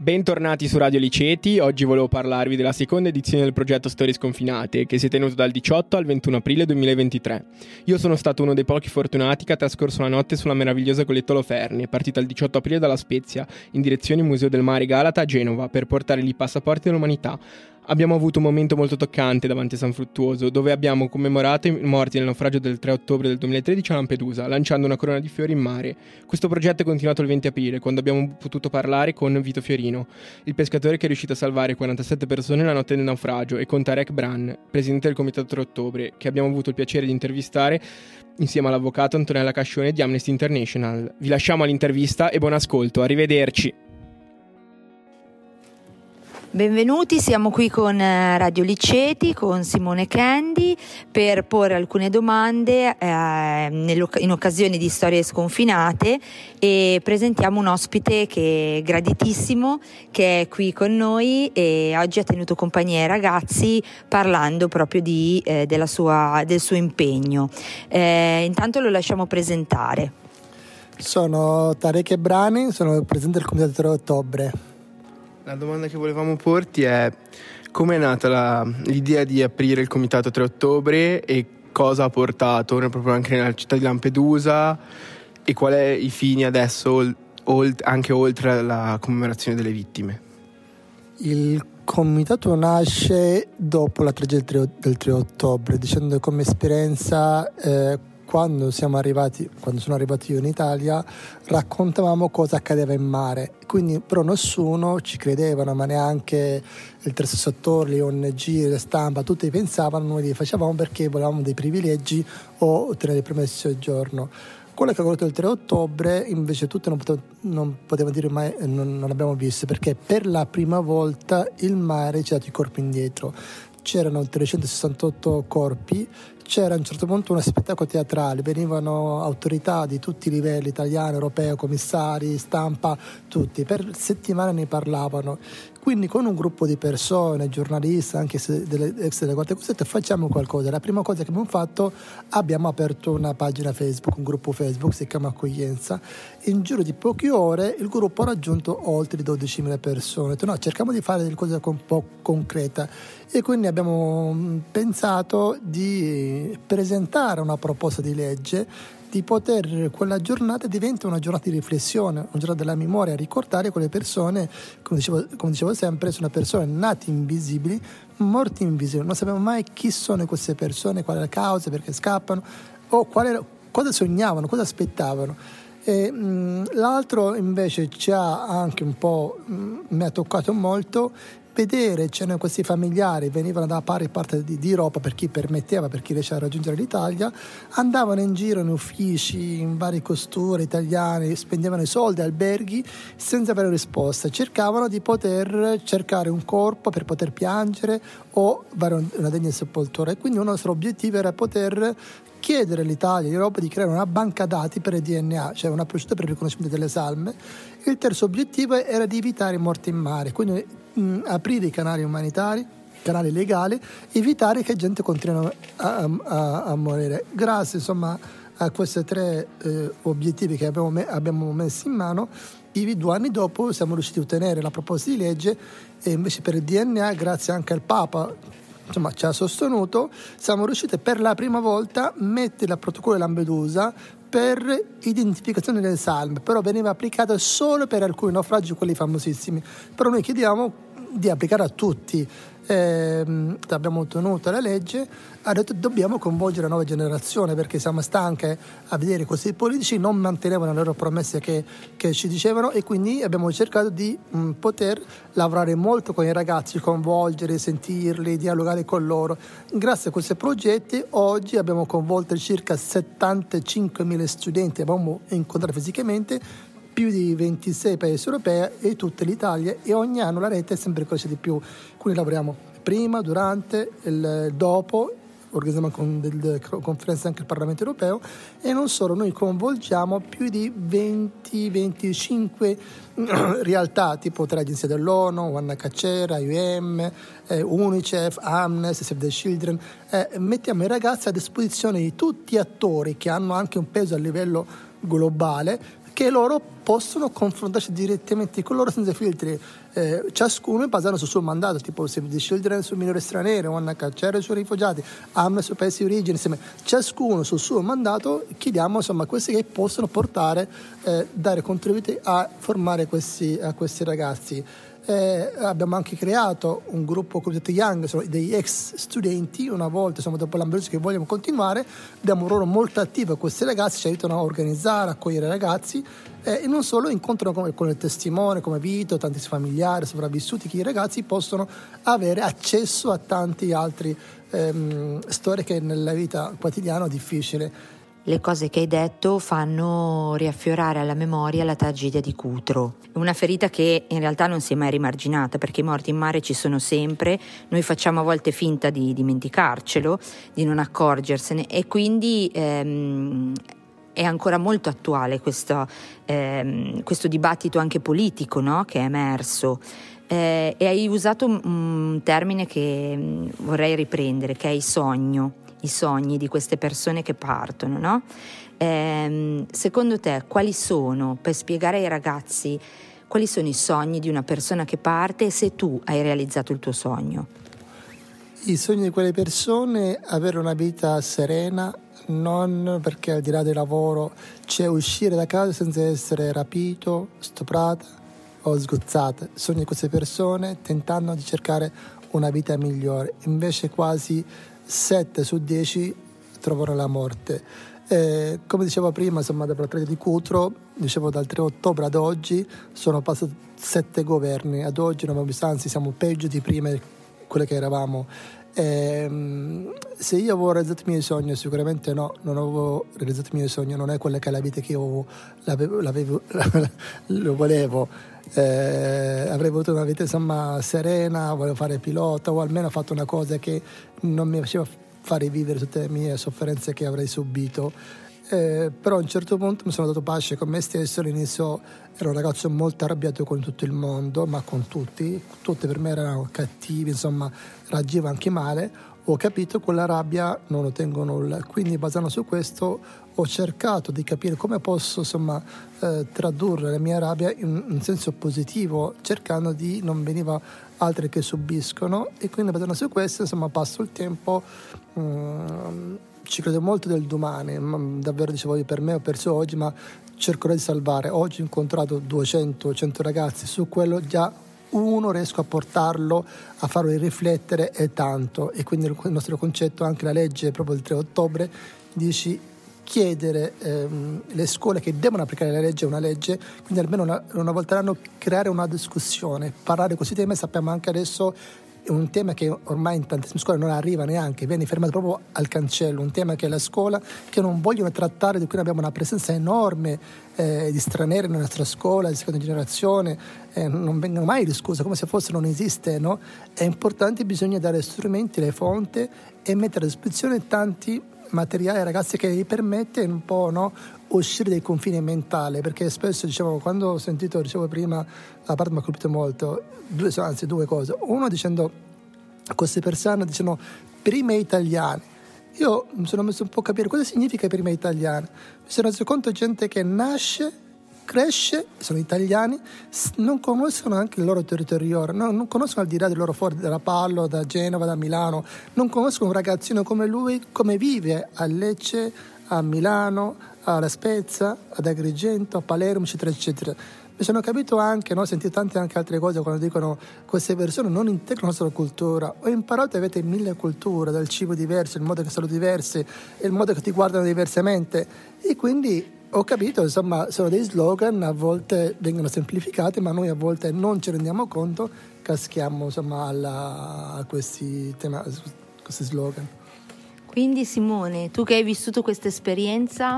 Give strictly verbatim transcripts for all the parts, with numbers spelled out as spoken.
Bentornati su Radio Liceti. Oggi volevo parlarvi della seconda edizione del progetto Storie Sconfinate, che si è tenuto dal diciotto al ventuno aprile duemilaventitré. Io sono stato uno dei pochi fortunati che ha trascorso la notte sulla meravigliosa Coletta Oloferni, partita il diciotto aprile dalla Spezia, in direzione Museo del Mare Galata a Genova, per portare lì i passaporti dell'umanità. Abbiamo avuto un momento molto toccante davanti a San Fruttuoso, dove abbiamo commemorato i morti nel naufragio del tre ottobre del duemilatredici a Lampedusa, lanciando una corona di fiori in mare. Questo progetto è continuato il venti aprile, quando abbiamo potuto parlare con Vito Fiorino, il pescatore che è riuscito a salvare quarantasette persone la notte del naufragio, e con Tarek Bran, presidente del Comitato tre ottobre, che abbiamo avuto il piacere di intervistare insieme all'avvocato Antonella Cascione di Amnesty International. Vi lasciamo all'intervista e buon ascolto, arrivederci! Benvenuti, siamo qui con Radio Liceti, con Simone Candy, per porre alcune domande eh, in occasione di Storie Sconfinate, e presentiamo un ospite che è graditissimo, che è qui con noi e oggi ha tenuto compagnia ai ragazzi parlando proprio di, eh, della sua, del suo impegno. Eh, intanto lo lasciamo presentare. Sono Tarek Brani, sono il presidente del Comitato tre ottobre. La domanda che volevamo porti è: come è nata la, l'idea di aprire il Comitato tre ottobre e cosa ha portato proprio anche nella città di Lampedusa, e qual è i fini adesso olt- anche oltre la commemorazione delle vittime? Il Comitato nasce dopo la tragedia del tre ottobre, dicendo come esperienza eh, quando siamo arrivati, quando sono arrivato io in Italia, raccontavamo cosa accadeva in mare, quindi però nessuno ci credeva, ma neanche il terzo settore, le O N G, la stampa, tutti pensavano, noi li facevamo perché volevamo dei privilegi o ottenere il permesso di soggiorno. Quello che ha voluto il tre ottobre invece tutti non potevano, non potevano dire mai, non, non abbiamo visto, perché per la prima volta il mare ci ha dato i corpi indietro. C'erano trecentosessantotto corpi, c'era a un certo punto uno spettacolo teatrale, venivano autorità di tutti i livelli, italiano, europeo, commissari, stampa, tutti, per settimane ne parlavano. Quindi con un gruppo di persone, giornalisti, anche se delle ex delle Guardie Costiere, facciamo qualcosa. La prima cosa che abbiamo fatto, abbiamo aperto una pagina Facebook, un gruppo Facebook, si chiama Accoglienza. In giro di poche ore il gruppo ha raggiunto oltre dodicimila persone. Ho detto, no, cerchiamo di fare delle cose un po' concrete. E quindi abbiamo pensato di presentare una proposta di legge, di poter quella giornata diventa una giornata di riflessione, una giornata della memoria, ricordare quelle persone, come dicevo, come dicevo sempre, sono persone nate invisibili, morti invisibili. Non sappiamo mai chi sono queste persone, qual è la causa, perché scappano, o qual era, cosa sognavano, cosa aspettavano. E, mh, l'altro invece ci ha anche un po', mh, mi ha toccato molto, vedere c'erano questi familiari, venivano da pari parte di, di Europa, per chi permetteva, per chi riusciva a raggiungere l'Italia, andavano in giro in uffici, in varie costure italiane, spendevano i soldi, alberghi, senza avere risposta, cercavano di poter cercare un corpo per poter piangere o fare una degna sepoltura. E quindi il nostro obiettivo era poter chiedere all'Italia e all'Europa di creare una banca dati per il D N A, cioè una procedura per il riconoscimento delle salme. Il terzo obiettivo era di evitare morti in mare, quindi mh, aprire i canali umanitari, canali legali, evitare che gente continui a, a, a morire. Grazie insomma a questi tre eh, obiettivi che abbiamo, me- abbiamo messo in mano, i due anni dopo siamo riusciti a ottenere la proposta di legge, e invece per il D N A, grazie anche al Papa, insomma ci ha sostenuto, siamo riusciti per la prima volta a mettere il protocollo di Lampedusa per identificazione delle salme, però veniva applicato solo per alcuni naufragi, quelli famosissimi, però noi chiediamo di applicare a tutti. Eh, abbiamo ottenuto la legge, ha detto dobbiamo coinvolgere la nuova generazione, perché siamo stanche a vedere questi politici non mantenevano le loro promesse che, che ci dicevano, e quindi abbiamo cercato di mh, poter lavorare molto con i ragazzi, coinvolgere, sentirli, dialogare con loro. Grazie a questi progetti oggi abbiamo coinvolto circa settantacinquemila studenti, abbiamo incontrato fisicamente più di ventisei paesi europei e tutta l'Italia, e ogni anno la rete è sempre cresce di più. Quindi lavoriamo prima, durante, il dopo, organizziamo con delle conferenze anche al Parlamento europeo, e non solo, noi coinvolgiamo più di venti venticinque realtà, tipo tre agenzie dell'ONU, U N H C R, I O M, eh, Unicef, Amnesty, Save the Children. Eh, mettiamo i ragazzi a disposizione di tutti gli attori che hanno anche un peso a livello globale, che loro possono confrontarsi direttamente con loro senza filtri, eh, ciascuno basando sul suo mandato, tipo Save the Children sul minore straniero, U N H C R sui rifugiati, A M sui paesi di origine, insieme, ciascuno sul suo mandato chiediamo insomma questi che possono portare, eh, dare contributi a formare questi, a questi ragazzi. Eh, abbiamo anche creato un gruppo cosiddetto Young, sono degli ex studenti, una volta insomma, dopo l'Ambrosi che vogliamo continuare, abbiamo un ruolo molto attivo, questi ragazzi ci aiutano a organizzare, a accogliere i ragazzi, eh, e non solo incontrano con, con il testimone come Vito, tanti familiari, sopravvissuti, che i ragazzi possono avere accesso a tanti altri ehm, storie che nella vita quotidiana è difficile. Le cose che hai detto fanno riaffiorare alla memoria la tragedia di Cutro, una ferita che in realtà non si è mai rimarginata, perché i morti in mare ci sono sempre, noi facciamo a volte finta di dimenticarcelo, di non accorgersene, e quindi ehm, è ancora molto attuale questo, ehm, questo dibattito anche politico, no? Che è emerso. Eh, e hai usato un termine che vorrei riprendere, che è il sogno. I sogni di queste persone che partono, no? Ehm, secondo te quali sono, per spiegare ai ragazzi quali sono i sogni di una persona che parte e se tu hai realizzato il tuo sogno? I sogni di quelle persone, avere una vita serena, non perché al di là del lavoro c'è uscire da casa senza essere rapito, stuprata o sgozzata. Sogni di queste persone tentando di cercare una vita migliore, invece quasi sette su dieci trovano la morte. Eh, come dicevo prima, insomma, dopo la tragedia di Cutro, dicevo dal tre ottobre ad oggi sono passati sette governi, ad oggi non abbiamo visto, anzi siamo peggio di prima di quello che eravamo. Eh, se io avevo realizzato i miei sogni, sicuramente no, non avevo realizzato i miei sogni, non è quella che è la vita che io l'avevo, l'avevo, lo volevo. Eh, avrei avuto una vita insomma serena, volevo fare pilota o almeno ho fatto una cosa che non mi faceva fare vivere tutte le mie sofferenze che avrei subito, eh, però a un certo punto mi sono dato pace con me stesso. All'inizio ero un ragazzo molto arrabbiato con tutto il mondo, ma con tutti, tutti per me erano cattivi, insomma reagivo anche male. Ho capito che con la rabbia non ottengo nulla, quindi basando su questo ho cercato di capire come posso insomma eh, tradurre la mia rabbia in un senso positivo, cercando di non veniva altri che subiscono, e quindi basando su questo insomma passo il tempo, mh, ci credo molto del domani, ma davvero dicevo per me ho perso oggi, ma cercherò di salvare. Oggi ho incontrato duecento cento ragazzi, su quello già uno riesco a portarlo, a farlo riflettere, è tanto. E quindi il nostro concetto, anche la legge proprio del tre ottobre, dici chiedere ehm, le scuole che devono applicare la legge, una legge, quindi almeno una, una volta all'anno creare una discussione, parlare di questi temi. Sappiamo anche adesso è un tema che ormai in tantissime scuole non arriva neanche, viene fermato proprio al cancello, un tema che è la scuola, che non vogliono trattare, di cui abbiamo una presenza enorme eh, di stranieri nella nostra scuola di seconda generazione, eh, non vengono mai discusse come se fosse non esiste, no? È importante, bisogna dare strumenti, le fonti e mettere a disposizione tanti materiali ai ragazzi che gli permette un po', no, uscire dai confini mentali, perché spesso dicevo, quando ho sentito, dicevo prima, la parte mi ha colpito molto, due, anzi due cose. Uno dicendo a queste persone, dicendo prima italiani. Io mi sono messo un po' a capire cosa significa prima italiani. Mi sono reso conto di gente che nasce, cresce, sono italiani, non conoscono anche il loro territorio, no, non conoscono al di là del loro fuori da Rapallo, da Genova, da Milano, non conoscono un ragazzino come lui, come vive a Lecce, a Milano, a La Spezia, ad Agrigento, a Palermo, eccetera, eccetera. Mi sono capito anche, no, ho sentito tante anche altre cose quando dicono queste persone non integrano la nostra cultura. Ho imparato che avete mille culture, dal cibo diverso, il modo che sono diversi, il modo che ti guardano diversamente, e quindi ho capito, insomma, sono dei slogan, a volte vengono semplificati, ma noi a volte non ci rendiamo conto, caschiamo insomma alla, a questi, tema, questi slogan. Quindi Simone, tu che hai vissuto questa esperienza,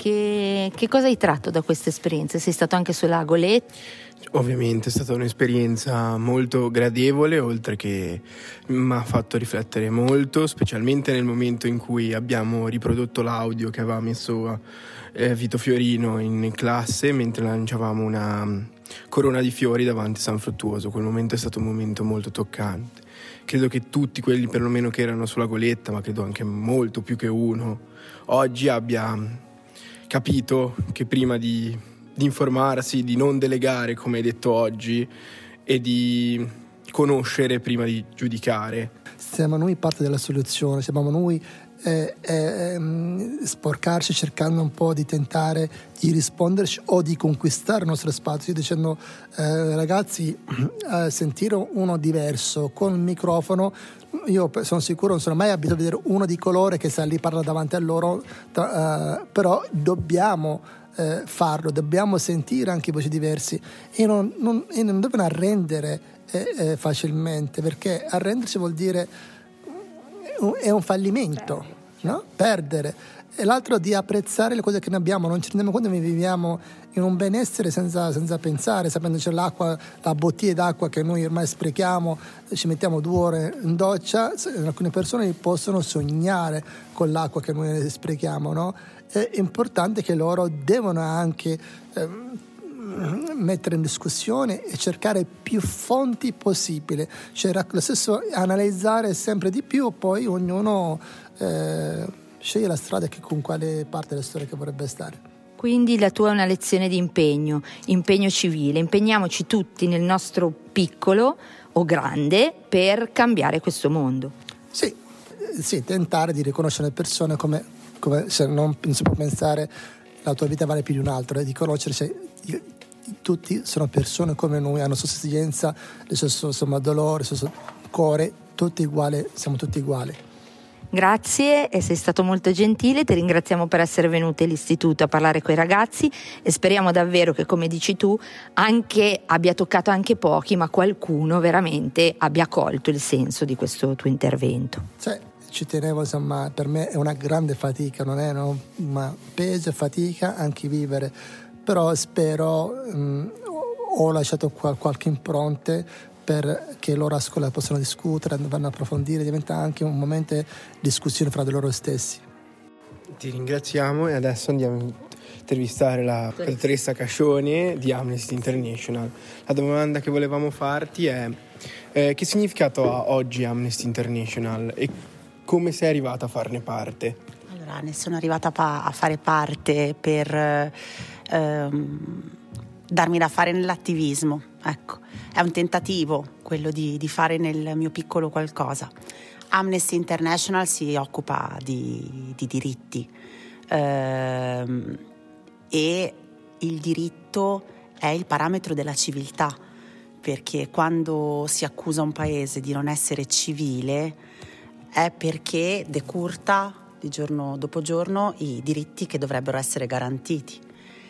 che, che cosa hai tratto da questa esperienza? Sei stato anche sulla Goletta? Ovviamente è stata un'esperienza molto gradevole, oltre che mi ha fatto riflettere molto, specialmente nel momento in cui abbiamo riprodotto l'audio che aveva messo eh, Vito Fiorino in classe mentre lanciavamo una corona di fiori davanti a San Fruttuoso. Quel momento è stato un momento molto toccante. Credo che tutti quelli perlomeno che erano sulla Goletta, ma credo anche molto più che uno, oggi abbia capito che prima di di informarsi, di non delegare, come hai detto oggi, e di conoscere prima di giudicare. Siamo noi parte della soluzione, siamo noi eh, eh, sporcarci cercando un po' di tentare di risponderci o di conquistare il nostro spazio, dicendo eh, ragazzi, eh, sentire uno diverso con il microfono, io sono sicuro non sono mai abituato a vedere uno di colore che sta lì, parla davanti a loro, tra, eh, però dobbiamo eh, farlo, dobbiamo sentire anche voci diverse e non, non, e non devono arrendere eh, eh, facilmente, perché arrendersi vuol dire è un fallimento, no? Perdere. E l'altro di apprezzare le cose che noi abbiamo, non ci rendiamo conto che viviamo in un benessere senza, senza pensare, sapendo c'è l'acqua, la bottiglia d'acqua che noi ormai sprechiamo, ci mettiamo due ore in doccia, alcune persone possono sognare con l'acqua che noi sprechiamo, no? È importante che loro devono anche ehm, mettere in discussione e cercare più fonti possibile, cioè lo stesso analizzare sempre di più, poi ognuno eh, sceglie la strada che con quale parte della storia che vorrebbe stare. Quindi la tua è una lezione di impegno, impegno civile, impegniamoci tutti nel nostro piccolo o grande per cambiare questo mondo. Sì, sì, tentare di riconoscere le persone come, come se non, non si può pensare la tua vita vale più di un altro, e di conoscersi. Tutti sono persone come noi, hanno la stessa esigenza, lo stesso insomma, dolore, lo stesso cuore, tutti uguali, siamo tutti uguali. Grazie, e sei stato molto gentile, ti ringraziamo per essere venuto all'istituto a parlare con i ragazzi e speriamo davvero che, come dici tu, anche abbia toccato anche pochi, ma qualcuno veramente abbia colto il senso di questo tuo intervento. Sì, ci tenevo, insomma, per me è una grande fatica, non è no? Ma peso e fatica anche vivere, però spero, mh, ho lasciato qual- qualche impronte perché loro a scuola possano discutere, vanno a approfondire, diventa anche un momento di discussione fra di loro stessi. Ti ringraziamo e adesso andiamo a intervistare la dottoressa Cascione di Amnesty International. La domanda che volevamo farti è eh, che significato ha oggi Amnesty International e come sei arrivata a farne parte? Allora, ne sono arrivata pa- a fare parte per ehm, darmi da fare nell'attivismo, ecco. È un tentativo quello di, di fare nel mio piccolo qualcosa. Amnesty International si occupa di, di diritti ehm, e il diritto è il parametro della civiltà, perché quando si accusa un paese di non essere civile è perché decurta di giorno dopo giorno i diritti che dovrebbero essere garantiti.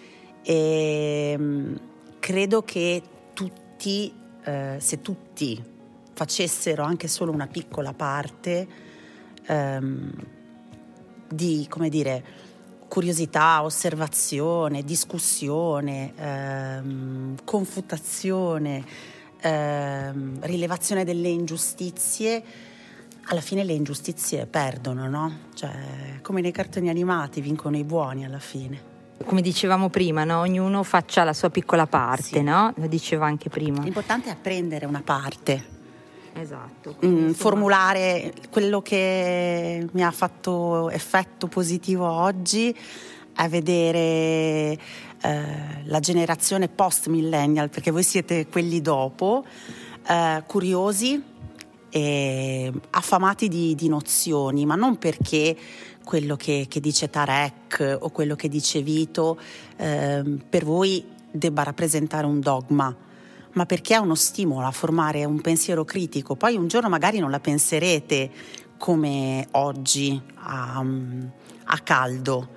E credo che tutti, eh, se tutti facessero anche solo una piccola parte ehm, di, come dire, curiosità, osservazione, discussione, ehm, confutazione, ehm, rilevazione delle ingiustizie, alla fine le ingiustizie perdono, no? Cioè, come nei cartoni animati, vincono i buoni alla fine. Come dicevamo prima, no? Ognuno faccia la sua piccola parte, Sì. no? Lo diceva anche prima. L'importante è prendere una parte. Esatto. Mm, formulare quello che mi ha fatto effetto positivo oggi è vedere eh, la generazione post millennial, perché voi siete quelli dopo, eh, curiosi e affamati di, di nozioni, ma non perché quello che, che dice Tarek o quello che dice Vito eh, per voi debba rappresentare un dogma, ma perché è uno stimolo a formare un pensiero critico. Poi un giorno magari non la penserete come oggi a, a caldo,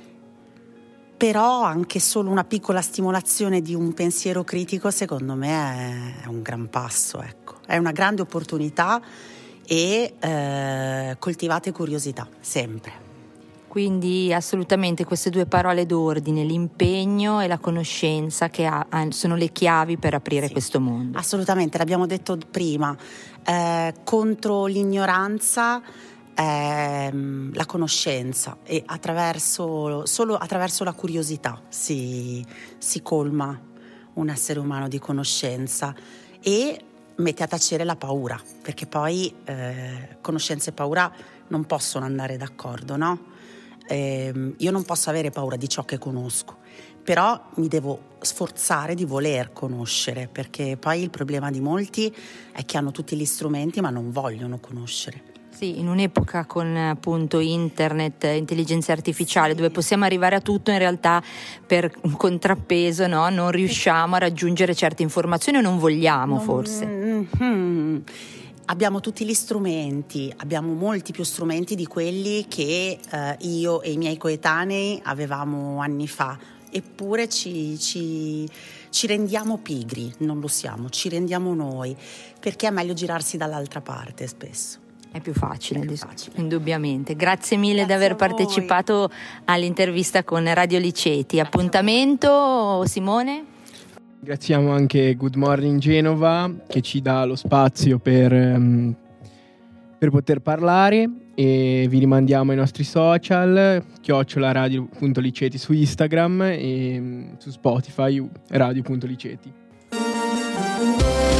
però anche solo una piccola stimolazione di un pensiero critico secondo me è un gran passo, ecco. È una grande opportunità e eh, coltivate curiosità sempre. Quindi assolutamente queste due parole d'ordine, l'impegno e la conoscenza, che ha, sono le chiavi per aprire Sì, questo mondo. Assolutamente, l'abbiamo detto prima, eh, contro l'ignoranza eh, la conoscenza, e attraverso, solo attraverso la curiosità si, si colma un essere umano di conoscenza e mette a tacere la paura, perché poi eh, conoscenza e paura non possono andare d'accordo, no? Eh, io non posso avere paura di ciò che conosco, però mi devo sforzare di voler conoscere, perché poi il problema di molti è che hanno tutti gli strumenti ma non vogliono conoscere. Sì, in un'epoca con appunto internet, intelligenza artificiale, sì, dove possiamo arrivare a tutto, in realtà per un contrappeso, no? Non riusciamo a raggiungere certe informazioni o non vogliamo, non, forse. Mm-hmm. Abbiamo tutti gli strumenti, abbiamo molti più strumenti di quelli che eh, io e i miei coetanei avevamo anni fa, eppure ci, ci, ci rendiamo pigri, non lo siamo, ci rendiamo noi, perché è meglio girarsi dall'altra parte spesso. È più facile, è più facile. Indubbiamente. Grazie mille Grazie di aver a voi. partecipato all'intervista con Radio Liceti. Grazie. Appuntamento, Simone? Ringraziamo anche Good Morning Genova che ci dà lo spazio per, um, per poter parlare, e vi rimandiamo ai nostri social, chiocciola radio.liceti su Instagram e um, su Spotify radio.liceti.